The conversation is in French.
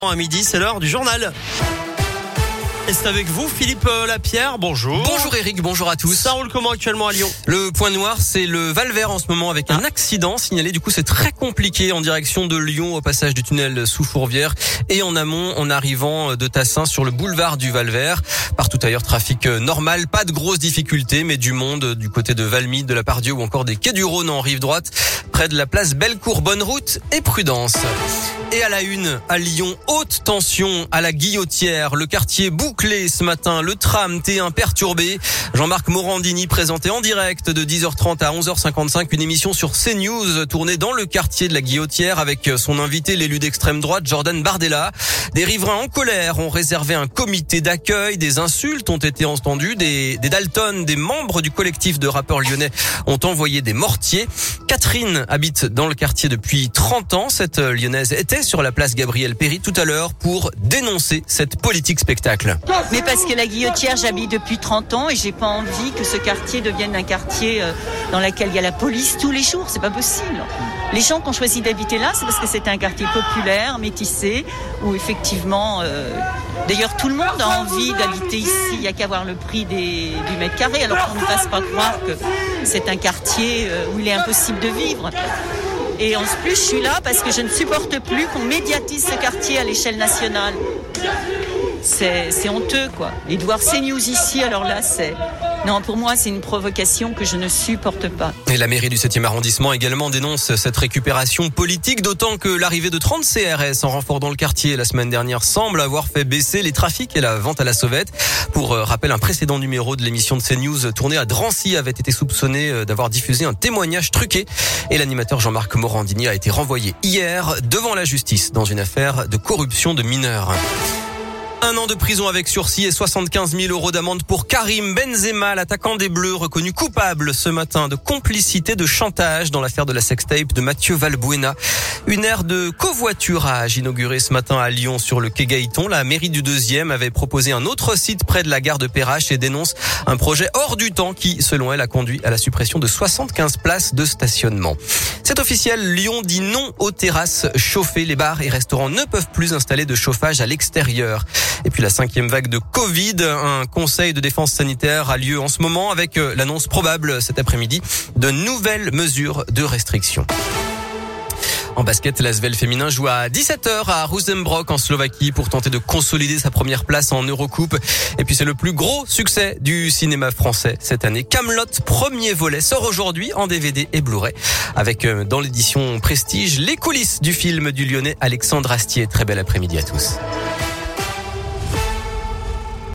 À midi, c'est l'heure du journal. Et c'est avec vous, Philippe Lapierre. Bonjour. Bonjour Eric, bonjour à tous. Ça roule comment actuellement à Lyon? Le point noir, c'est le Val-Vert en ce moment avec un accident signalé. Du coup, c'est très compliqué en direction de Lyon au passage du tunnel sous Fourvière et en amont en arrivant de Tassin sur le boulevard du Val-Vert. Partout ailleurs, trafic normal, pas de grosses difficultés, mais du monde du côté de Valmy, de la Pardieu ou encore des quais du Rhône en rive droite, près de la place Bellecour. Bonne route et prudence. Et à la une, à Lyon, haute tension à la Guillotière. Le quartier bouclé ce matin, le tram T1 perturbé. Jean-Marc Morandini présentait en direct de 10h30 à 11h55 une émission sur CNews tournée dans le quartier de la Guillotière avec son invité, l'élu d'extrême droite, Jordan Bardella. Des riverains en colère ont réservé un comité d'accueil. Des insultes ont été entendues. Des Dalton, des membres du collectif de rappeurs lyonnais ont envoyé des mortiers. Catherine habite dans le quartier depuis 30 ans. Cette lyonnaise était sur la place Gabriel Péri tout à l'heure pour dénoncer cette politique spectacle. Mais parce que la Guillotière, j'habite depuis 30 ans et j'ai pas envie que ce quartier devienne un quartier dans lequel il y a la police tous les jours. C'est pas possible. Les gens qui ont choisi d'habiter là, c'est parce que c'est un quartier populaire, métissé, où effectivement, d'ailleurs tout le monde a envie d'habiter ici. Il n'y a qu'à voir le prix du mètre carré, alors qu'on ne fasse pas croire que c'est un quartier où il est impossible de vivre. Et en plus, je suis là parce que je ne supporte plus qu'on médiatise ce quartier à l'échelle nationale. C'est honteux, quoi. Et de voir CNews ici, alors là, non, pour moi, c'est une provocation que je ne supporte pas. Et la mairie du 7e arrondissement également dénonce cette récupération politique, d'autant que l'arrivée de 30 CRS en renfort dans le quartier la semaine dernière semble avoir fait baisser les trafics et la vente à la sauvette. Pour rappel, un précédent numéro de l'émission de CNews tourné à Drancy avait été soupçonné d'avoir diffusé un témoignage truqué. Et l'animateur Jean-Marc Morandini a été renvoyé hier devant la justice dans une affaire de corruption de mineurs. 1 an de prison avec sursis et 75 000 € d'amende pour Karim Benzema, l'attaquant des Bleus, reconnu coupable ce matin de complicité de chantage dans l'affaire de la sextape de Mathieu Valbuena. Une aire de covoiturage inaugurée ce matin à Lyon sur le quai Gaëton. La mairie du 2e avait proposé un autre site près de la gare de Perrache et dénonce un projet hors du temps qui, selon elle, a conduit à la suppression de 75 places de stationnement. C'est officiel, Lyon dit non aux terrasses chauffées. Les bars et restaurants ne peuvent plus installer de chauffage à l'extérieur. Et puis la 5e vague de Covid, un conseil de défense sanitaire a lieu en ce moment avec l'annonce probable cet après-midi de nouvelles mesures de restriction. En basket, l'ASVEL féminin joue à 17h à Ružomberok en Slovaquie pour tenter de consolider sa première place en Eurocoupe. Et puis c'est le plus gros succès du cinéma français cette année. Kaamelott, premier volet, sort aujourd'hui en DVD et Blu-ray avec dans l'édition Prestige les coulisses du film du Lyonnais Alexandre Astier. Très bel après-midi à tous.